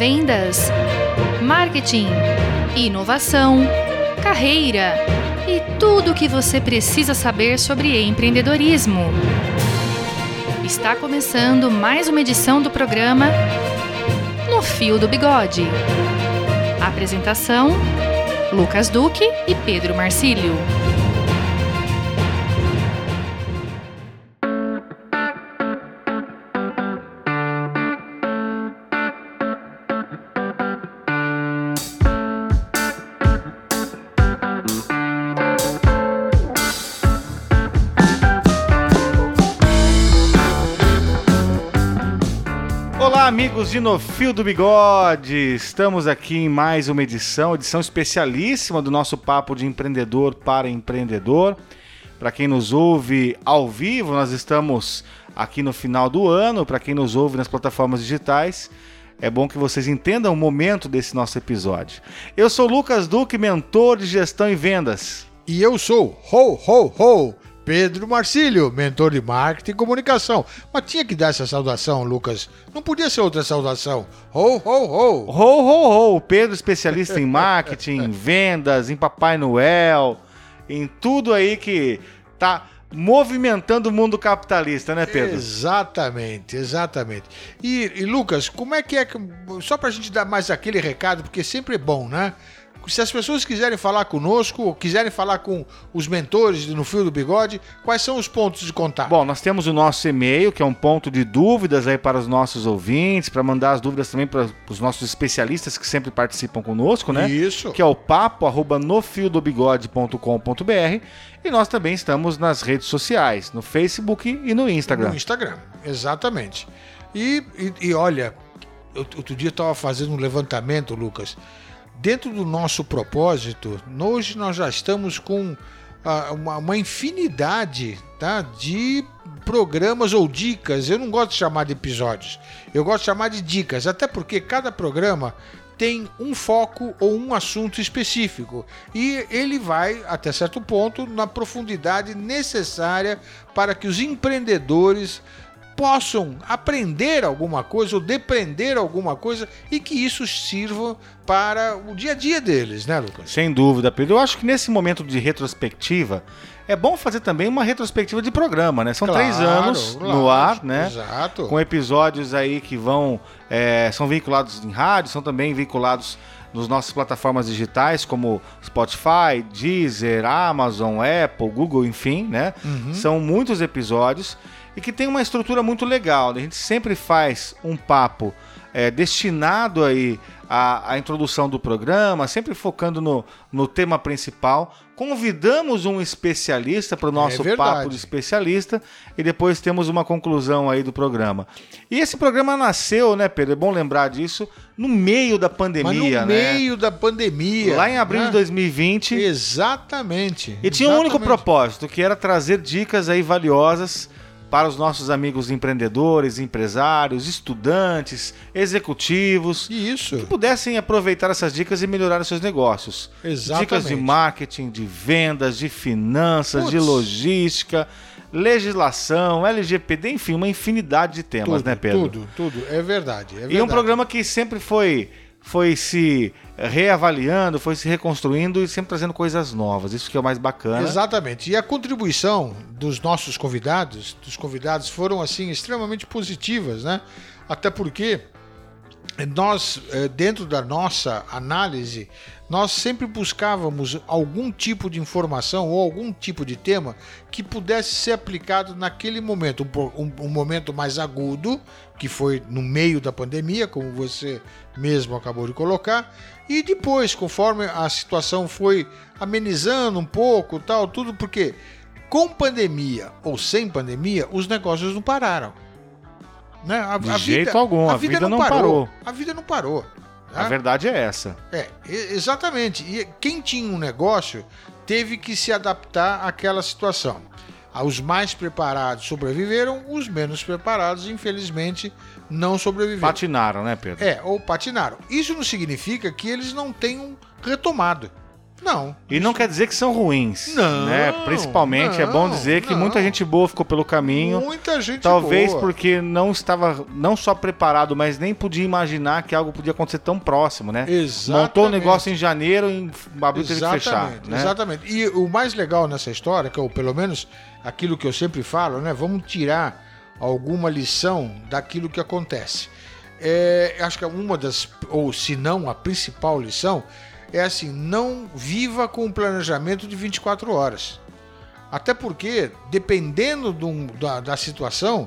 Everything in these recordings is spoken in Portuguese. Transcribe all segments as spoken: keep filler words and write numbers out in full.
vendas, marketing, inovação, carreira e tudo o que você precisa saber sobre empreendedorismo. Está começando mais uma edição do programa No Fio do Bigode. Apresentação: Lucas Duque e Pedro Marcílio. Olá, amigos de No Fio do Bigode, estamos aqui em mais uma edição, edição especialíssima do nosso Papo de Empreendedor para Empreendedor. Para quem nos ouve ao vivo, nós estamos aqui no final do ano. Para quem nos ouve nas plataformas digitais, é bom que vocês entendam o momento desse nosso episódio. Eu sou Lucas Duque, mentor de gestão e vendas. E eu sou, ho, ho, ho, Pedro Marcílio, mentor de marketing e comunicação. Mas tinha que dar essa saudação, Lucas. Não podia ser outra saudação. Ho, ho, ho. Ho, ho, ho. Pedro, especialista em marketing, em vendas, em Papai Noel, em tudo aí que tá movimentando o mundo capitalista, né, Pedro? Exatamente, exatamente. E, e Lucas, como é que é... Só pra gente dar mais aquele recado, porque sempre é bom, né? Se as pessoas quiserem falar conosco, ou quiserem falar com os mentores No Fio do Bigode, quais são os pontos de contato? Bom, nós temos o nosso e-mail, que é um ponto de dúvidas aí para os nossos ouvintes, para mandar as dúvidas também para os nossos especialistas que sempre participam conosco, né? Isso. Que é o papo arroba nofiodobigode ponto com ponto br. E nós também estamos nas redes sociais, no Facebook e no Instagram. No Instagram, exatamente. E, e, e olha, outro dia eu estava fazendo um levantamento, Lucas. Dentro do nosso propósito, hoje nós já estamos com uh, uma, uma infinidade, tá, de programas ou dicas. Eu não gosto de chamar de episódios, eu gosto de chamar de dicas, até porque cada programa tem um foco ou um assunto específico e ele vai, até certo ponto, na profundidade necessária para que os empreendedores possam aprender alguma coisa ou depreender alguma coisa e que isso sirva para o dia a dia deles, né, Lucas? Sem dúvida, Pedro. Eu acho que nesse momento de retrospectiva é bom fazer também uma retrospectiva de programa, né? São claro, três anos claro, no ar, né? Exato. Com episódios aí que vão é, são veiculados em rádio, são também veiculados nas nossas plataformas digitais como Spotify, Deezer, Amazon, Apple, Google, enfim, né? Uhum. São muitos episódios e que tem uma estrutura muito legal. A gente sempre faz um papo é, destinado aí à, à introdução do programa, sempre focando no, no tema principal. Convidamos um especialista para o nosso é papo de especialista e depois temos uma conclusão aí do programa. E esse programa nasceu, né, Pedro? É bom lembrar disso, no meio da pandemia, Mas no né? meio da pandemia. Lá em abril né? de dois mil e vinte. Exatamente. E tinha exatamente. um único propósito, que era trazer dicas aí valiosas para os nossos amigos empreendedores, empresários, estudantes, executivos, Isso. que pudessem aproveitar essas dicas e melhorar os seus negócios. Exatamente. Dicas de marketing, de vendas, de finanças, Puts. de logística, legislação, L G P D, enfim, uma infinidade de temas, tudo, né, Pedro? Tudo, tudo, é verdade, é verdade. E um programa que sempre foi, foi se reavaliando, foi se reconstruindo e sempre trazendo coisas novas. Isso que é o mais bacana. Exatamente. E a contribuição dos nossos convidados, dos convidados foram assim extremamente positivas, né? Até porque nós, dentro da nossa análise, nós sempre buscávamos algum tipo de informação ou algum tipo de tema que pudesse ser aplicado naquele momento, um, um, um momento mais agudo, que foi no meio da pandemia, como você mesmo acabou de colocar, e depois, conforme a situação foi amenizando um pouco, tal, tudo, porque com pandemia ou sem pandemia, os negócios não pararam. Né? A, de a jeito vida, algum, a, a vida, vida não, não parou. parou. A vida não parou. A verdade é essa. É, exatamente. E quem tinha um negócio teve que se adaptar àquela situação. Os mais preparados sobreviveram, os menos preparados, infelizmente, não sobreviveram. Patinaram, né, Pedro? É, ou patinaram. Isso não significa que eles não tenham retomado. Não. E não quer dizer que são ruins. Não, né? Principalmente não, é bom dizer que não. muita gente boa ficou pelo caminho. Muita gente Talvez boa. porque não estava não só preparado, mas nem podia imaginar que algo podia acontecer tão próximo, né? Exatamente. Montou o negócio em janeiro e abriu teve que fechar. Né? Exatamente. E o mais legal nessa história, que é pelo menos aquilo que eu sempre falo, né? Vamos tirar alguma lição daquilo que acontece. É, acho que uma das, ou se não a principal lição, é assim, não viva com um planejamento de vinte e quatro horas. Até porque, dependendo do, da, da situação,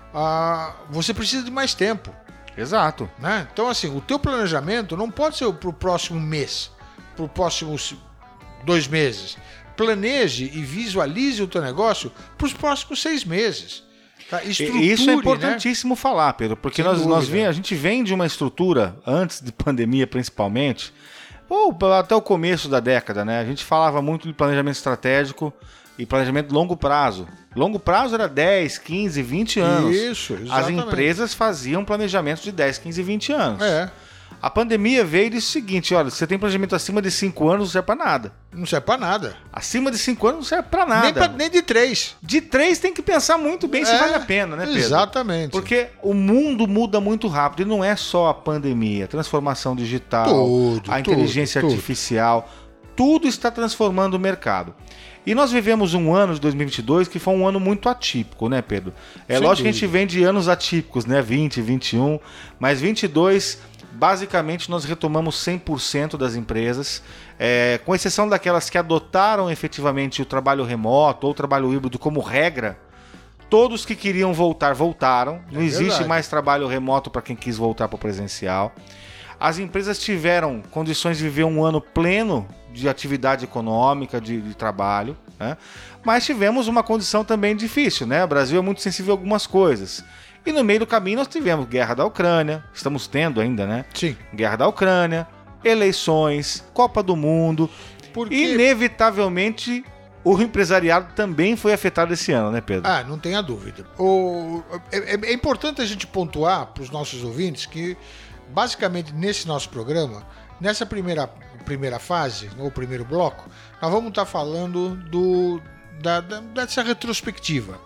ah, você precisa de mais tempo. Exato. Né? Então, assim, o teu planejamento não pode ser para o próximo mês, para os próximos dois meses. Planeje e visualize o teu negócio para os próximos seis meses. Tá? Estruture, isso é importantíssimo, né? Falar, Pedro, porque nós, nós vem, a gente vem de uma estrutura, antes de pandemia principalmente, ou até o começo da década, né? A gente falava muito de planejamento estratégico e planejamento de longo prazo. Longo prazo era dez, quinze, vinte anos. Isso, exatamente. As empresas faziam planejamento de dez, quinze, vinte anos. É. A pandemia veio e disse o seguinte, olha, você tem planejamento acima de cinco anos, não serve pra nada. Não serve pra nada. Acima de cinco anos não serve pra nada. Nem, pra, nem de três. De três tem que pensar muito bem é, se vale a pena, né, Pedro? Exatamente. Porque o mundo muda muito rápido e não é só a pandemia, a transformação digital, tudo, a inteligência tudo, artificial, tudo está transformando o mercado. E nós vivemos um ano de dois mil e vinte e dois que foi um ano muito atípico, né, Pedro? É Sem lógico que a dúvida. gente vem de anos atípicos, né, vinte, vinte e um, mas vinte e dois... Basicamente, nós retomamos cem por cento das empresas, é, com exceção daquelas que adotaram efetivamente o trabalho remoto ou o trabalho híbrido como regra. Todos que queriam voltar, voltaram. Não É existe verdade. mais trabalho remoto para quem quis voltar para o presencial. As empresas tiveram condições de viver um ano pleno de atividade econômica, de, de trabalho, né? Mas tivemos uma condição também difícil, né? O Brasil é muito sensível a algumas coisas. E no meio do caminho nós tivemos guerra da Ucrânia, estamos tendo ainda, né? Sim. Guerra da Ucrânia, eleições, Copa do Mundo. Porque... Inevitavelmente, o empresariado também foi afetado esse ano, né, Pedro? Ah, não tenha dúvida. O... É, é importante a gente pontuar para os nossos ouvintes que, basicamente, nesse nosso programa, nessa primeira, primeira fase, ou primeiro bloco, nós vamos estar falando do, da, da, dessa retrospectiva.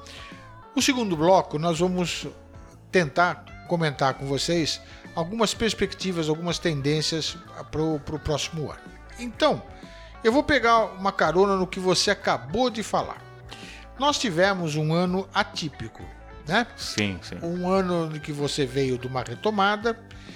O segundo bloco, nós vamos tentar comentar com vocês algumas perspectivas, algumas tendências para o próximo ano. Então, eu vou pegar uma carona no que você acabou de falar. Nós tivemos um ano atípico, né? Sim, sim. Um ano em que você veio de uma retomada,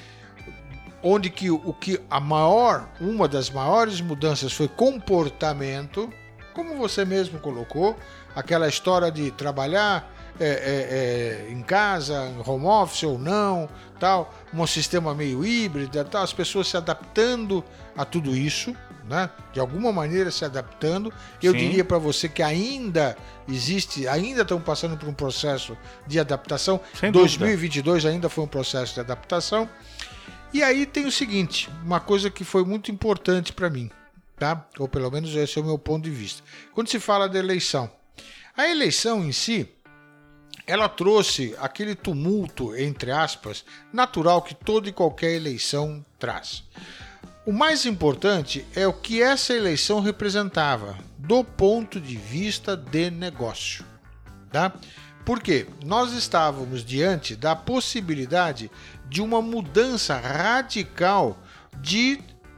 onde que o que a maior, uma das maiores mudanças foi comportamento, como você mesmo colocou, aquela história de trabalhar É, é, é, em casa, em home office ou não, tal, um sistema meio híbrido, tal, as pessoas se adaptando a tudo isso, né? De alguma maneira se adaptando. Eu Sim. diria para você que ainda existe, ainda estão passando por um processo de adaptação. Sem dois mil e dúvida. vinte e dois ainda foi um processo de adaptação. E aí tem o seguinte, uma coisa que foi muito importante para mim, tá? Ou pelo menos esse é o meu ponto de vista. Quando se fala da eleição, a eleição em si, ela trouxe aquele tumulto, entre aspas, natural que toda e qualquer eleição traz. O mais importante é o que essa eleição representava do ponto de vista de negócio, tá? Porque nós estávamos diante da possibilidade de uma mudança radical de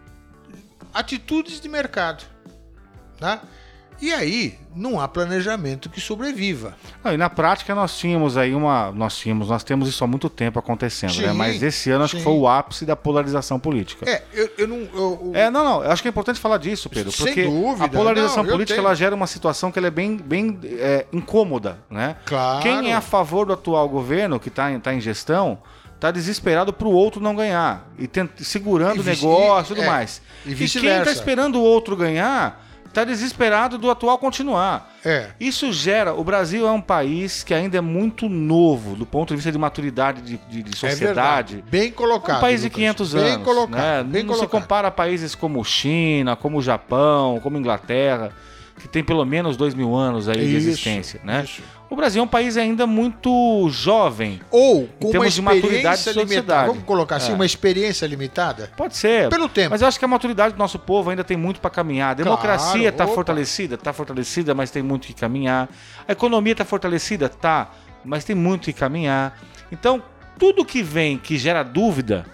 atitudes de mercado, tá? E aí, não há planejamento que sobreviva. Não, e na prática nós tínhamos aí uma. Nós tínhamos, nós temos isso há muito tempo acontecendo, Sim, né? Mas esse ano acho sim. que foi o ápice da polarização política. É, eu, eu não. Eu, eu... É, não, não. Eu acho que é importante falar disso, Pedro. Sem Porque dúvida. a polarização Não, eu política tenho. ela gera uma situação que ela é bem, bem é, incômoda, né? Claro. Quem é a favor do atual governo, que está em, tá em gestão, está desesperado para o outro não ganhar. E tent, segurando E o vice- negócio e tudo é, mais. e E, vice-versa. quem está esperando o outro ganhar, está desesperado do atual continuar. É. Isso gera... O Brasil é um país que ainda é muito novo, do ponto de vista de maturidade de, de, de É sociedade. verdade. Bem colocado. É um país de Lucas. quinhentos Bem anos, colocado. né? Bem Não se colocado. compara a países como China, como Japão, como Inglaterra. que tem pelo menos dois mil anos aí de Isso, existência, né? isso. O Brasil é um país ainda muito jovem. Ou com em uma termos de maturidade experiência de limitada. sociedade. Vamos colocar assim, É. uma experiência limitada? Pode ser. Pelo tempo. Mas eu acho que a maturidade do nosso povo ainda tem muito para caminhar. A democracia Claro, está opa. fortalecida? Está fortalecida, mas tem muito que caminhar. A economia está fortalecida? Tá, mas tem muito que caminhar. Então, tudo que vem que gera dúvida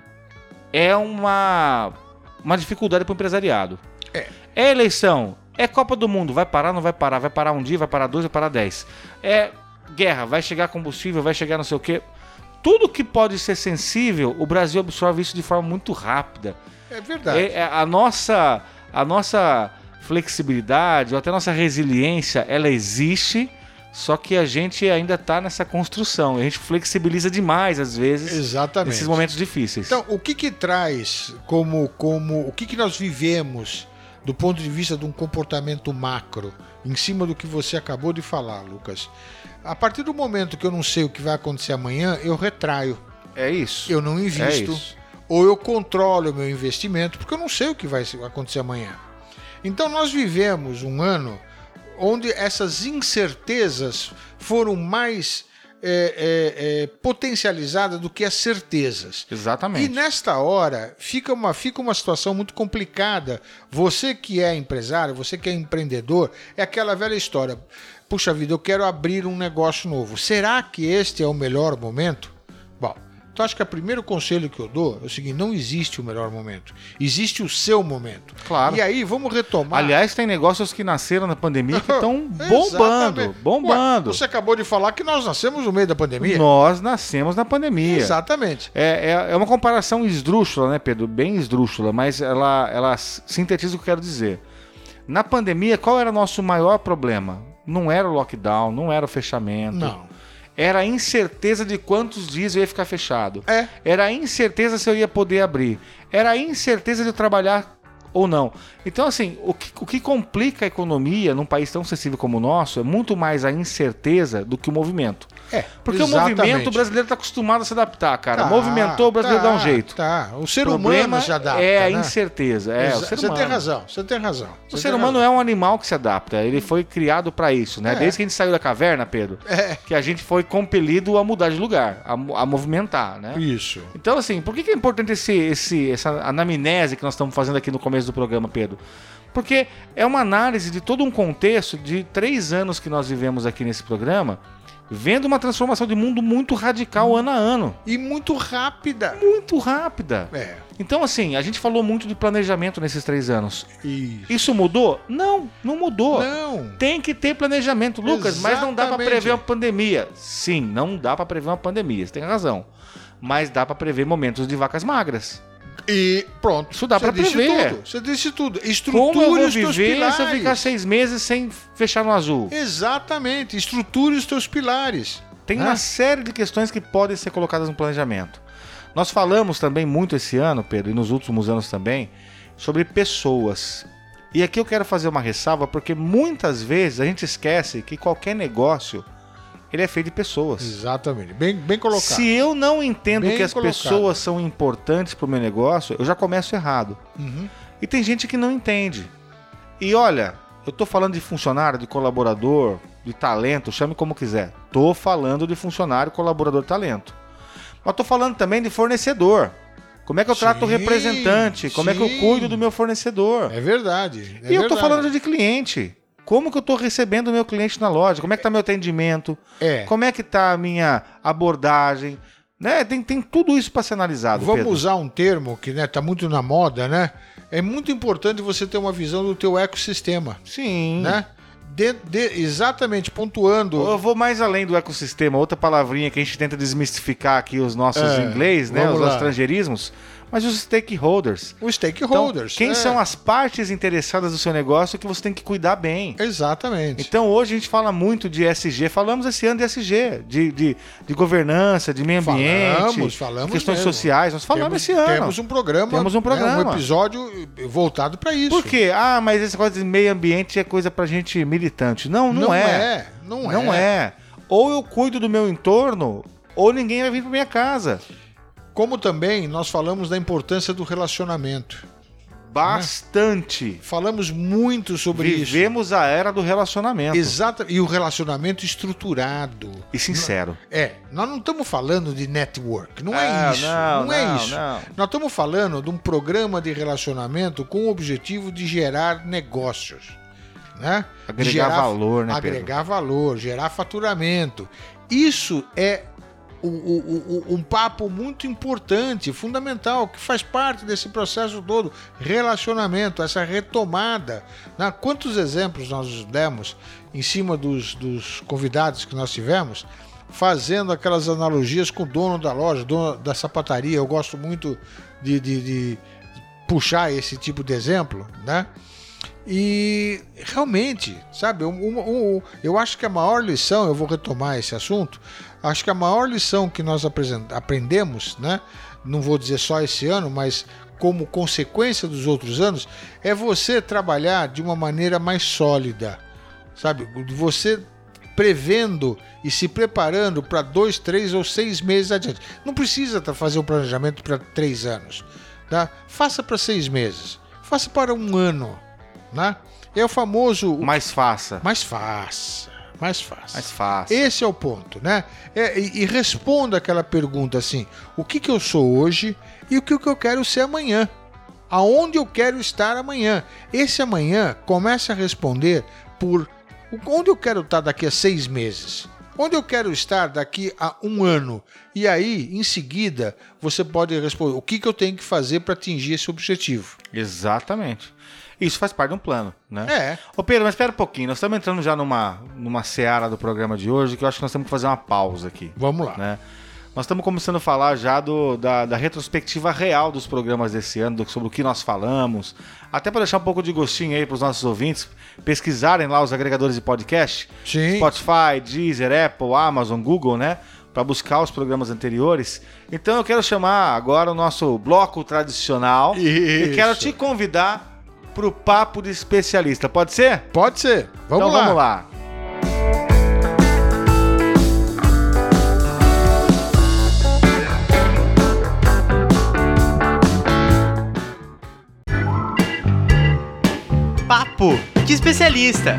é uma, uma dificuldade para o empresariado. É. É eleição, é Copa do Mundo, vai parar, não vai parar, vai parar um dia, vai parar dois, vai parar dez. É guerra, vai chegar combustível, vai chegar não sei o quê. Tudo que pode ser sensível, o Brasil absorve isso de forma muito rápida. É verdade. É, é, a, nossa, a nossa flexibilidade, ou até a nossa resiliência, ela existe, só que a gente ainda está nessa construção. A gente flexibiliza demais, às vezes, Exatamente. nesses momentos difíceis. Então, o que que traz como, como o que que nós vivemos do ponto de vista de um comportamento macro, em cima do que você acabou de falar, Lucas? A partir do momento que eu não sei o que vai acontecer amanhã, eu retraio, é isso. eu não invisto, É isso. ou eu controlo o meu investimento, porque eu não sei o que vai acontecer amanhã. Então, nós vivemos um ano onde essas incertezas foram mais é, é, é, potencializadas do que as certezas. Exatamente. E nesta hora fica uma, fica uma situação muito complicada. Você que é empresário, você que é empreendedor, é aquela velha história. Puxa vida, eu quero abrir um negócio novo. Será que este é o melhor momento? Bom, então acho que o primeiro conselho que eu dou é o seguinte: não existe o melhor momento. Existe o seu momento. Claro. E aí, vamos retomar. Aliás, tem negócios que nasceram na pandemia que estão bombando, Exatamente. bombando. Ué, você acabou de falar que nós nascemos no meio da pandemia. Nós nascemos na pandemia. Exatamente. É, é, é uma comparação esdrúxula, né, Pedro? Bem esdrúxula, mas ela, ela sintetiza o que eu quero dizer. Na pandemia, qual era o nosso maior problema? Não era o lockdown, não era o fechamento. Não. Era a incerteza de quantos dias eu ia ficar fechado. É. Era a incerteza se eu ia poder abrir. Era a incerteza de eu trabalhar ou não. Então, assim, o que, o que complica a economia num país tão sensível como o nosso é muito mais a incerteza do que o movimento. É, Porque exatamente. o movimento, o brasileiro está acostumado a se adaptar, cara. Tá, Movimentou, o brasileiro tá, dá um jeito. Tá. O ser O problema humano se adapta. é a né? incerteza. É, Exa- o ser você humano. tem razão, você tem razão. O você ser tem humano razão. é um animal que se adapta. Ele foi criado para isso, né? É. Desde que a gente saiu da caverna, Pedro, É. que a gente foi compelido a mudar de lugar, a, mo- a movimentar, né? Isso. Então, assim, por que que é importante esse, esse, essa anamnese que nós estamos fazendo aqui no começo do programa, Pedro? Porque é uma análise de todo um contexto de três anos que nós vivemos aqui nesse programa, vendo uma transformação de mundo muito radical ano a ano. E muito rápida. Muito rápida. É. Então, assim, a gente falou muito de planejamento nesses três anos. Isso. Isso mudou? Não, não mudou. Não. Tem que ter planejamento, Lucas, mas não dá para Exatamente. prever uma pandemia. Sim, não dá para prever uma pandemia, você tem razão. Mas dá para prever momentos de vacas magras. E pronto. Isso dá Você pra disse prever. Tudo. Você disse tudo. Como eu Estruture vou os teus viver pilares. se eu ficar seis meses sem fechar no azul? Exatamente. Estruture os teus pilares. Tem né? uma série de questões que podem ser colocadas no planejamento. Nós falamos também muito esse ano, Pedro, e nos últimos anos também, sobre pessoas. E aqui eu quero fazer uma ressalva, porque muitas vezes a gente esquece que qualquer negócio ele é feito de pessoas. Exatamente. Bem, bem colocado. Se eu não entendo Bem que as colocado. pessoas são importantes para o meu negócio, eu já começo errado. Uhum. E tem gente que não entende. E olha, eu tô falando de funcionário, de colaborador, de talento, chame como quiser. Tô falando de funcionário, colaborador, talento. Mas tô falando também de fornecedor. Como é que eu trato o Sim, representante? Como é que eu sim. cuido do meu fornecedor? É verdade. é e eu tô verdade. falando de cliente. Como que eu tô recebendo o meu cliente na loja? Como é que tá meu atendimento? É. Como é que tá a minha abordagem? Né? Tem, tem tudo isso para ser analisado, Vamos Pedro. usar um termo que né, tá muito na moda, né? É muito importante você ter uma visão do teu ecossistema, Sim. né? De, de- exatamente, pontuando. Eu vou mais além do ecossistema, outra palavrinha que a gente tenta desmistificar aqui os nossos É, inglês, né, vamos os lá. estrangeirismos, mas os stakeholders. Os Então, stakeholders. quem é. são as partes interessadas do seu negócio que você tem que cuidar bem. Exatamente. Então hoje a gente fala muito de E S G, falamos esse ano de E S G, de, de, de governança, de meio ambiente, Falamos, falamos de questões mesmo. sociais, nós falamos temos, esse ano. Temos um programa, Temos um né, programa. um episódio voltado para isso. Por quê? Ah, mas esse negócio de meio ambiente é coisa pra gente militante. Não, não, Não é. é, não Não é. é. Ou eu cuido do meu entorno, ou ninguém vai vir pra minha casa. Como também nós falamos da importância do relacionamento. Bastante. Né? Falamos muito sobre Vivemos isso. Vivemos a era do relacionamento. Exato. E o relacionamento estruturado. E sincero. É. Nós não estamos falando de network. Não é, é isso. Não, não, não é não, isso. Não. Nós estamos falando de um programa de relacionamento com o objetivo de gerar negócios. Né? Agregar gerar, valor, né, Agregar Pedro? valor, gerar faturamento. Isso é o, o, o, um papo muito importante, fundamental, que faz parte desse processo todo. Relacionamento, essa retomada. Né? Quantos exemplos nós demos em cima dos, dos convidados que nós tivemos, fazendo aquelas analogias com o dono da loja, dono da sapataria. Eu gosto muito de, de, de puxar esse tipo de exemplo, né? E realmente, sabe, um, um, um, eu acho que a maior lição, eu vou retomar esse assunto, acho que a maior lição que nós aprendemos, né, não vou dizer só esse ano, mas como consequência dos outros anos, é você trabalhar de uma maneira mais sólida, sabe, você prevendo e se preparando para dois, três ou seis meses adiante. Não precisa fazer um planejamento para três anos, tá? Faça para seis meses, faça para um ano. Né? É o famoso... Mais faça. Mais faça. Mais faça. Mais faça. Esse é o ponto, né? É, e, e responda aquela pergunta assim: o que, que eu sou hoje e o que, que eu quero ser amanhã? Aonde eu quero estar amanhã? Esse amanhã comece a responder por onde eu quero estar daqui a seis meses. Onde eu quero estar daqui a um ano? E aí, em seguida, você pode responder o que, que eu tenho que fazer para atingir esse objetivo. Exatamente. Isso faz parte de um plano, né? É. Ô Pedro, mas espera um pouquinho. Nós estamos entrando já numa, numa seara do programa de hoje que eu acho que nós temos que fazer uma pausa aqui. Vamos lá. Né? Nós estamos começando a falar já do, da, da retrospectiva real dos programas desse ano, do, sobre o que nós falamos. Até para deixar um pouco de gostinho aí para os nossos ouvintes pesquisarem lá os agregadores de podcast. Sim. Spotify, Deezer, Apple, Amazon, Google, né? Para buscar os programas anteriores. Então eu quero chamar agora o nosso bloco tradicional. Isso. E quero te convidar para o Papo de Especialista. Pode ser? Pode ser. Vamos então, lá. vamos lá. Papo de Especialista.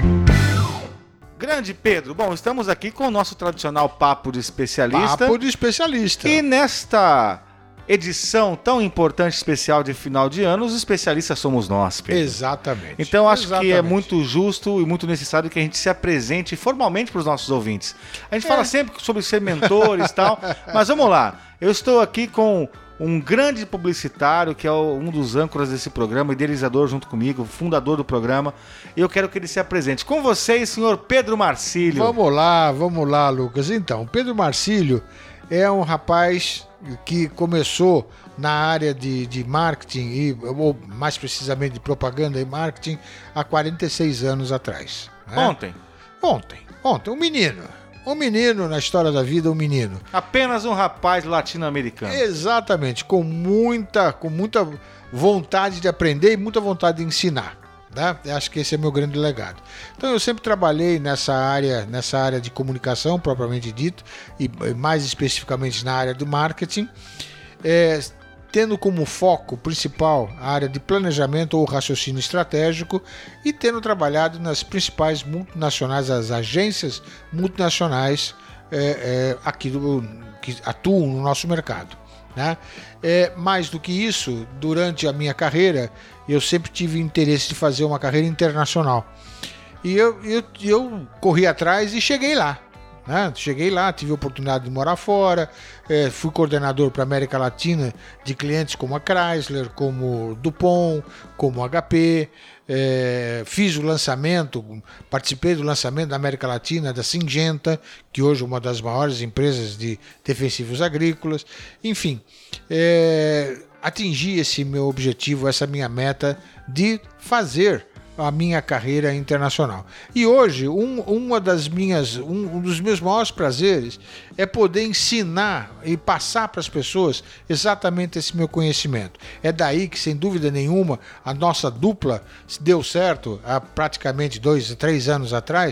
Grande Pedro, bom, estamos aqui com o nosso tradicional Papo de Especialista. Papo de Especialista. E nesta edição tão importante, especial de final de ano, os especialistas somos nós, Pedro. Exatamente. Então acho Exatamente. que é muito justo e muito necessário que a gente se apresente formalmente para os nossos ouvintes. A gente é. fala sempre sobre ser mentores e tal, mas vamos lá. Eu estou aqui com um grande publicitário, que é um dos âncoras desse programa, idealizador junto comigo, fundador do programa, e eu quero que ele se apresente. Com vocês, senhor Pedro Marcílio. Vamos lá, vamos lá, Lucas. Então, Pedro Marcílio é um rapaz que começou na área de, de marketing, e, ou mais precisamente de propaganda e marketing, há quarenta e seis anos atrás. Né? Ontem? Ontem, ontem, um menino. Um menino na história da vida, um menino. Apenas um rapaz latino-americano. Exatamente, com muita, com muita vontade de aprender e muita vontade de ensinar. Né? Acho que esse é meu grande legado. Então eu sempre trabalhei nessa área, nessa área de comunicação, propriamente dito, e mais especificamente na área do marketing, é, tendo como foco principal a área de planejamento ou raciocínio estratégico e tendo trabalhado nas principais multinacionais, as agências multinacionais é, é, aqui do, que atuam no nosso mercado. Né? É, mais do que isso, durante a minha carreira, eu sempre tive interesse de fazer uma carreira internacional. E eu, eu, eu corri atrás e cheguei lá. Né? Cheguei lá, tive a oportunidade de morar fora, é, fui coordenador para a América Latina de clientes como a Chrysler, como DuPont, como H P, é, fiz o lançamento, participei do lançamento da América Latina da Syngenta, que hoje é uma das maiores empresas de defensivos agrícolas, enfim, é, atingi esse meu objetivo, essa minha meta de fazer a minha carreira internacional. E hoje, um, uma das minhas, um, um dos meus maiores prazeres é poder ensinar e passar para as pessoas exatamente esse meu conhecimento. É daí que, sem dúvida nenhuma, a nossa dupla deu certo há praticamente dois, três anos atrás,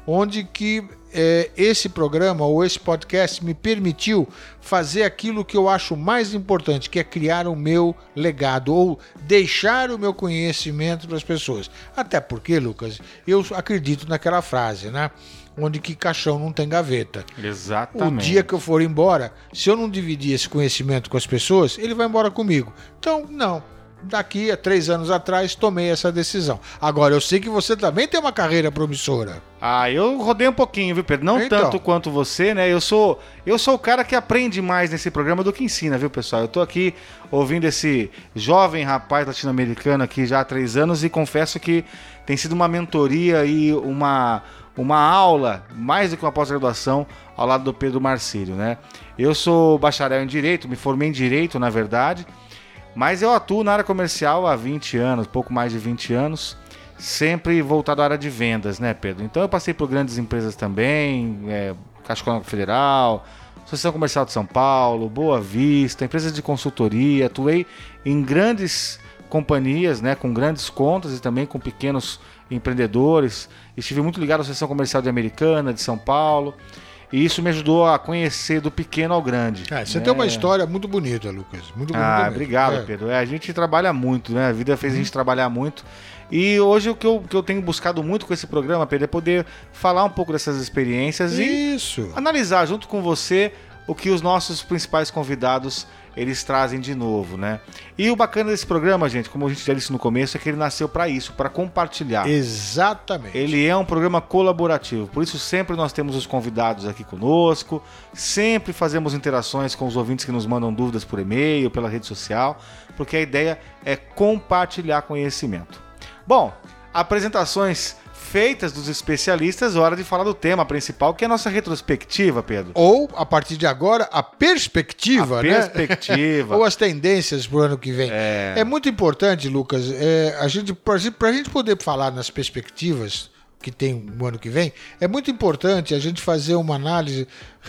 onde que é, esse programa ou esse podcast me permitiu fazer aquilo que eu acho mais importante, que é criar o meu legado ou deixar o meu conhecimento para as pessoas. Até porque, Lucas, eu acredito naquela frase, né? Onde que caixão não tem gaveta. Exatamente. O dia que eu for embora, se eu não dividir esse conhecimento com as pessoas, ele vai embora comigo. Então, não. Daqui a três anos atrás, tomei essa decisão. Agora, eu sei que você também tem uma carreira promissora. Ah, eu rodei um pouquinho, viu, Pedro? Não Então. tanto quanto você, né? Eu sou, eu sou o cara que aprende mais nesse programa do que ensina, viu, pessoal? Eu tô aqui ouvindo esse jovem rapaz latino-americano aqui já há três anos e confesso que tem sido uma mentoria e uma, uma aula, mais do que uma pós-graduação, ao lado do Pedro Marcílio, né? Eu sou bacharel em Direito, me formei em Direito, na verdade, mas eu atuo na área comercial há vinte anos, pouco mais de vinte anos, sempre voltado à área de vendas, né, Pedro? Então eu passei por grandes empresas também, é, Caixa Econômica Federal, Associação Comercial de São Paulo, Boa Vista, empresas de consultoria, atuei em grandes companhias, né, com grandes contas e também com pequenos empreendedores. Estive muito ligado à Associação Comercial de Americana, de São Paulo. E isso me ajudou a conhecer do pequeno ao grande. É, você né? tem uma história muito bonita, Lucas. Muito bonita. Ah, mesmo. obrigado, É. Pedro. É, a gente trabalha muito, né? A vida fez Uhum. a gente trabalhar muito. E hoje o que eu, que eu tenho buscado muito com esse programa, Pedro, é poder falar um pouco dessas experiências e Isso. analisar junto com você o que os nossos principais convidados eles trazem de novo, né? E o bacana desse programa, gente, como a gente já disse no começo, é que ele nasceu para isso, para compartilhar. Exatamente. Ele é um programa colaborativo, por isso sempre nós temos os convidados aqui conosco, sempre fazemos interações com os ouvintes que nos mandam dúvidas por e-mail, pela rede social, porque a ideia é compartilhar conhecimento. Bom, apresentações feitas dos especialistas, hora de falar do tema principal, que é a nossa retrospectiva, Pedro. Ou, a partir de agora, a perspectiva, A né? perspectiva. Ou as tendências para o ano que vem. É. É muito importante, Lucas, é, a gente, para a gente poder falar nas perspectivas que tem o ano que vem, é muito importante a gente fazer uma análise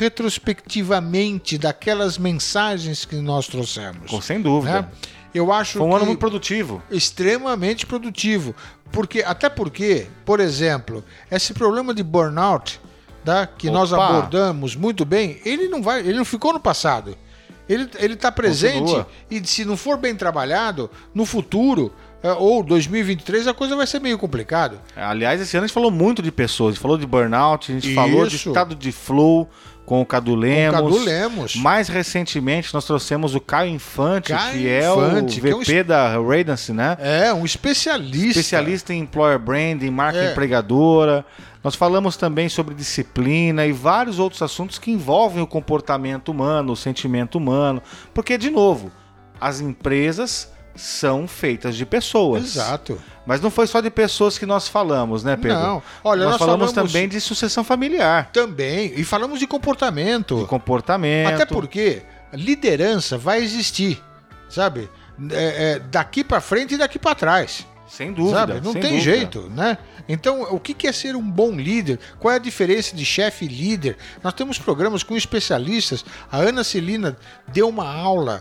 retrospectivamente daquelas mensagens que nós trouxemos. Com, sem dúvida. Né? Eu acho Foi um que ano muito produtivo. extremamente produtivo. Porque, até porque, por exemplo, esse problema de burnout, tá, que Opa. nós abordamos muito bem, ele não vai, ele não ficou no passado. Ele ele está presente. Continua. E se não for bem trabalhado, no futuro, é, ou dois mil e vinte e três, a coisa vai ser meio complicado. Aliás, esse ano a gente falou muito de pessoas. A gente falou de burnout, a gente Isso. falou de estado de flow com o Cadu Lemos. Com o Cadu Lemos. Mais recentemente, nós trouxemos o Caio Infante, Caio que é Infante, o que é V P um... da Radiance, né? É, um especialista. Especialista em employer branding, marca É. empregadora. Nós falamos também sobre disciplina e vários outros assuntos que envolvem o comportamento humano, o sentimento humano. Porque, de novo, as empresas são feitas de pessoas. Exato. Mas não foi só de pessoas que nós falamos, né, Pedro? Não. Olha, nós, nós falamos, falamos também de sucessão familiar, Também. E falamos de comportamento. de comportamento. Até porque liderança vai existir, sabe? É, é, daqui para frente e daqui para trás. Sem dúvida. Sabe? Não sem tem dúvida. jeito, né? Então, o que é ser um bom líder? Qual é a diferença de chefe e líder? Nós temos programas com especialistas. A Ana Celina deu uma aula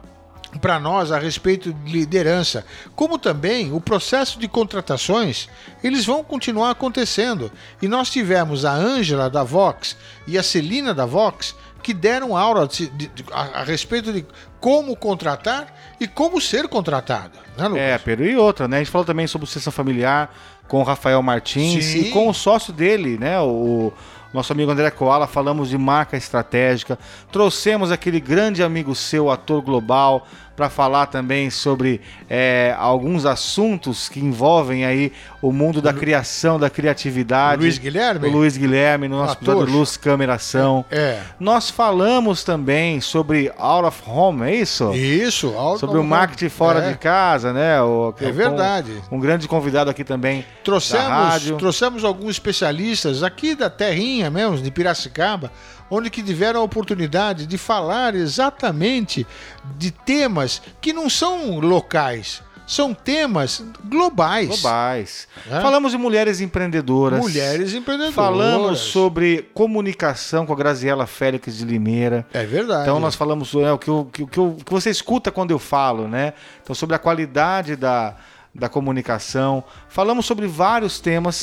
para nós a respeito de liderança, como também o processo de contratações, eles vão continuar acontecendo. E nós tivemos a Ângela da Vox e a Celina da Vox que deram aula de, de, de, a, a respeito de como contratar e como ser contratado. Né, Lucas? É, Pedro, e outra, né? A gente falou também sobre sucessão familiar com o Rafael Martins Sim. e com o sócio dele, né? O nosso amigo André Koala. Falamos de marca estratégica. Trouxemos aquele grande amigo seu, ator global, para falar também sobre é, alguns assuntos que envolvem aí o mundo da criação, da criatividade. O Luiz Guilherme? O Luiz Guilherme, no nosso Ator. episódio Luz, Câmera, Ação. É. Nós falamos também sobre Out of Home, é isso? Isso. Sobre o marketing fora é. de casa, né? O, É verdade. Um, um grande convidado aqui também da Trouxemos, rádio. trouxemos alguns especialistas aqui da terrinha mesmo, de Piracicaba, onde que tiveram a oportunidade de falar exatamente de temas que não são locais, são temas globais. Globais. É? Falamos de mulheres empreendedoras. Mulheres empreendedoras. Falamos sobre comunicação com a Graziela Félix de Limeira. É verdade. Então nós falamos é, o, que, o, que, o, que, o que você escuta quando eu falo, né? Então sobre a qualidade da, da comunicação. Falamos sobre vários temas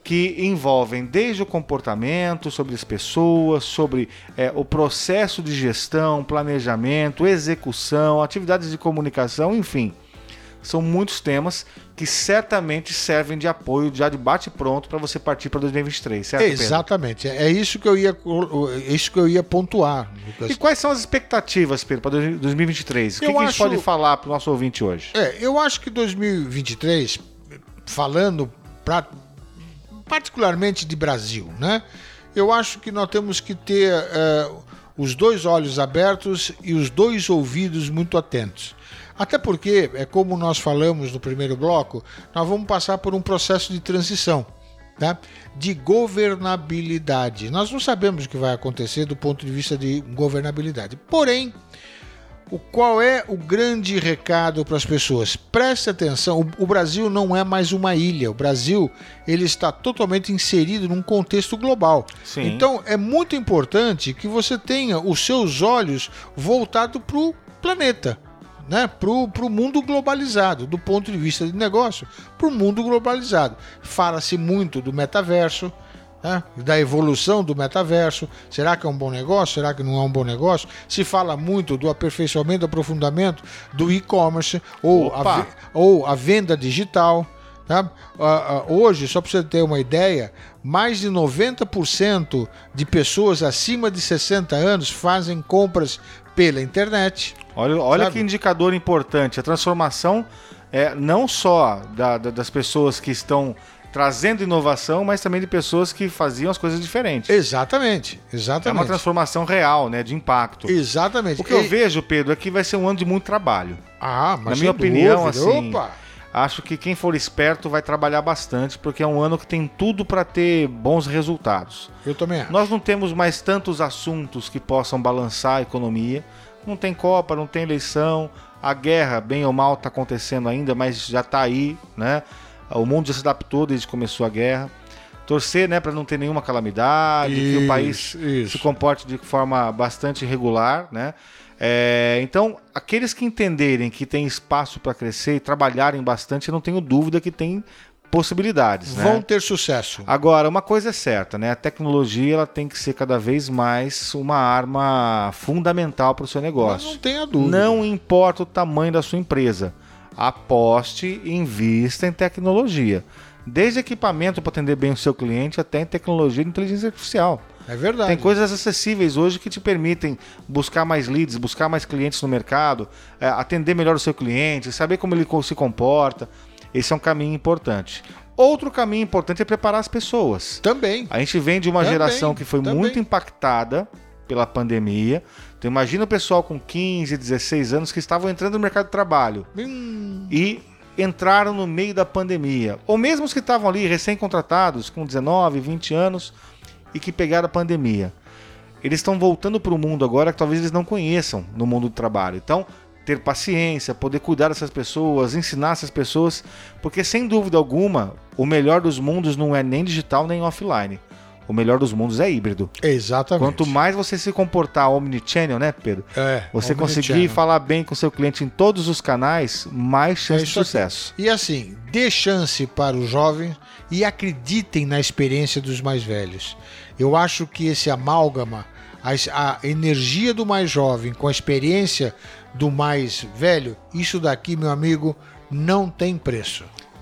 que envolvem desde o comportamento, sobre as pessoas, sobre é, o processo de gestão, planejamento, execução, atividades de comunicação, enfim. São muitos temas que certamente servem de apoio, já de bate-pronto, para você partir para dois mil e vinte e três, certo, Pedro? Exatamente, é isso que eu ia, é isso que eu ia pontuar, Lucas. E quais são as expectativas, Pedro, para dois mil e vinte e três? O que, Eu que a gente acho- pode falar para o nosso ouvinte hoje? É, eu acho que dois mil e vinte e três, falando pra, particularmente de Brasil, né? Eu acho que nós temos que ter é, os dois olhos abertos e os dois ouvidos muito atentos. Até porque, é como nós falamos no primeiro bloco, nós vamos passar por um processo de transição, tá? De governabilidade. Nós não sabemos o que vai acontecer do ponto de vista de governabilidade. Porém, o, qual é o grande recado para as pessoas? Preste atenção, o, o Brasil não é mais uma ilha. O Brasil ele está totalmente inserido num contexto global. Sim. Então, é muito importante que você tenha os seus olhos voltados para o planeta. Né, para o mundo globalizado, do ponto de vista de negócio, para o mundo globalizado. Fala-se muito do metaverso, né, da evolução do metaverso. Será que é um bom negócio? Será que não é um bom negócio? Se fala muito do aperfeiçoamento, aprofundamento do e-commerce ou, a, ou a venda digital. Tá? Uh, uh, hoje, só para você ter uma ideia, mais de noventa por cento de pessoas acima de sessenta anos fazem compras pela internet. Olha, olha Sabe? que indicador importante. A transformação é não só da, da, das pessoas que estão trazendo inovação, mas também de pessoas que faziam as coisas diferentes. Exatamente, É exatamente. uma transformação real, né, de impacto. Exatamente. O que eu E- vejo, Pedro, é que vai ser um ano de muito trabalho. Ah, mas Na sem minha opinião, dúvida. assim, Opa! Acho que quem for esperto vai trabalhar bastante, porque é um ano que tem tudo para ter bons resultados. Eu também acho. Nós não temos mais tantos assuntos que possam balançar a economia. Não tem Copa, não tem eleição. A guerra, bem ou mal, está acontecendo ainda, mas já está aí, né? O mundo já se adaptou desde que começou a guerra. Torcer, né, para não ter nenhuma calamidade, que o Isso, país isso. se comporte de forma bastante regular, né? É, então, aqueles que entenderem que tem espaço para crescer e trabalharem bastante, eu não tenho dúvida que tem possibilidades, né? Vão ter sucesso. Agora, uma coisa é certa, né? A tecnologia ela tem que ser cada vez mais uma arma fundamental para o seu Mas negócio. não tenha dúvida. Não importa o tamanho da sua empresa. Aposte e invista em tecnologia. Desde equipamento para atender bem o seu cliente até em tecnologia de inteligência artificial. É verdade. Tem coisas acessíveis hoje que te permitem buscar mais leads, buscar mais clientes no mercado, é, atender melhor o seu cliente, saber como ele co- se comporta. Esse é um caminho importante. Outro caminho importante é preparar as pessoas. Também. A gente vem de uma Também, geração que foi também. muito impactada pela pandemia. Então imagina o pessoal com quinze, dezesseis anos que estavam entrando no mercado de trabalho Hum, e entraram no meio da pandemia. Ou mesmo os que estavam ali recém-contratados com dezenove, vinte anos e que pegaram a pandemia. Eles estão voltando para o mundo agora que talvez eles não conheçam no mundo do trabalho. Então, ter paciência, poder cuidar dessas pessoas, ensinar essas pessoas, porque sem dúvida alguma, o melhor dos mundos não é nem digital nem offline. O melhor dos mundos é híbrido. exatamente. Quanto mais você se comportar omnichannel, né, Pedro? é, Você conseguir omnichannel. falar bem com seu cliente em todos os canais, mais chance É de isso aqui. sucesso. E assim, dê chance para os jovens e acreditem na experiência dos mais velhos. Eu acho que esse amálgama, a, a energia do mais jovem com a experiência do mais velho, isso daqui, meu amigo, não tem preço.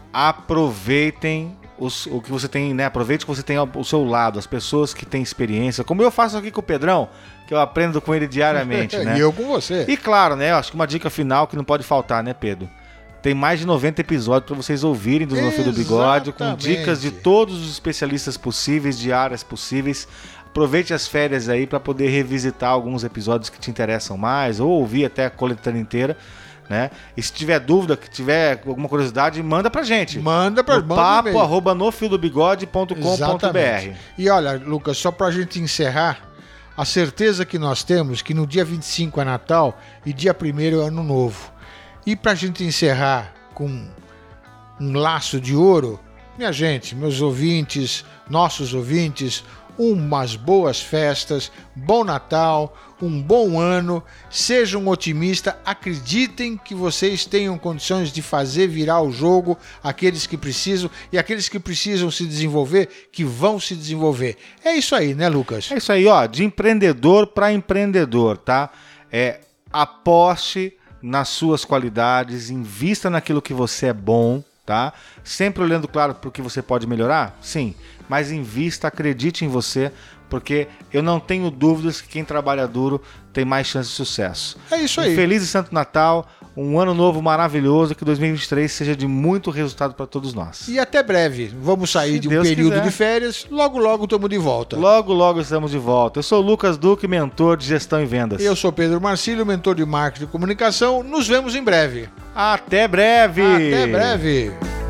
Aproveitem os- o que você tem, né? Aproveite o que você tem ao, ao seu lado, as pessoas que têm experiência, como eu faço aqui com o Pedrão, que eu aprendo com ele diariamente, né? E eu com você. E claro, né? Acho que uma dica final que não pode faltar, né, Pedro? Tem mais de noventa episódios para vocês ouvirem do No Fio do Bigode, com Exatamente. dicas de todos os especialistas possíveis, de áreas possíveis. Aproveite as férias aí para poder revisitar alguns episódios que te interessam mais, ou ouvir até a coletânea inteira, né? E se tiver dúvida, que tiver alguma curiosidade, manda pra gente. Manda para No papo arroba nofiodobigode ponto com ponto br. E olha, Lucas, só para a gente encerrar, a certeza que nós temos que no dia vinte e cinco é Natal e dia primeiro é Ano Novo. E para a gente encerrar com um laço de ouro, minha gente, meus ouvintes, nossos ouvintes, umas boas festas, bom Natal, um bom ano, sejam otimistas, acreditem que vocês tenham condições de fazer virar o jogo, aqueles que precisam, e aqueles que precisam se desenvolver, que vão se desenvolver. É isso aí, né, Lucas? É isso aí, ó, de empreendedor para empreendedor, tá? É, aposte nas suas qualidades, invista naquilo que você é bom, tá? Sempre olhando, claro, para o que você pode melhorar, sim, mas invista, acredite em você, porque eu não tenho dúvidas que quem trabalha duro tem mais chance de sucesso. É isso aí. Um feliz e Santo Natal, um ano novo maravilhoso, que dois mil e vinte e três seja de muito resultado para todos nós. E até breve. Vamos sair Se de um Deus período quiser. de férias, logo logo estamos de volta. Logo, logo estamos de volta. Eu sou o Lucas Duque, mentor de gestão e vendas. Eu sou Pedro Marcílio, mentor de marketing e comunicação. Nos vemos em breve. Até breve! Até breve!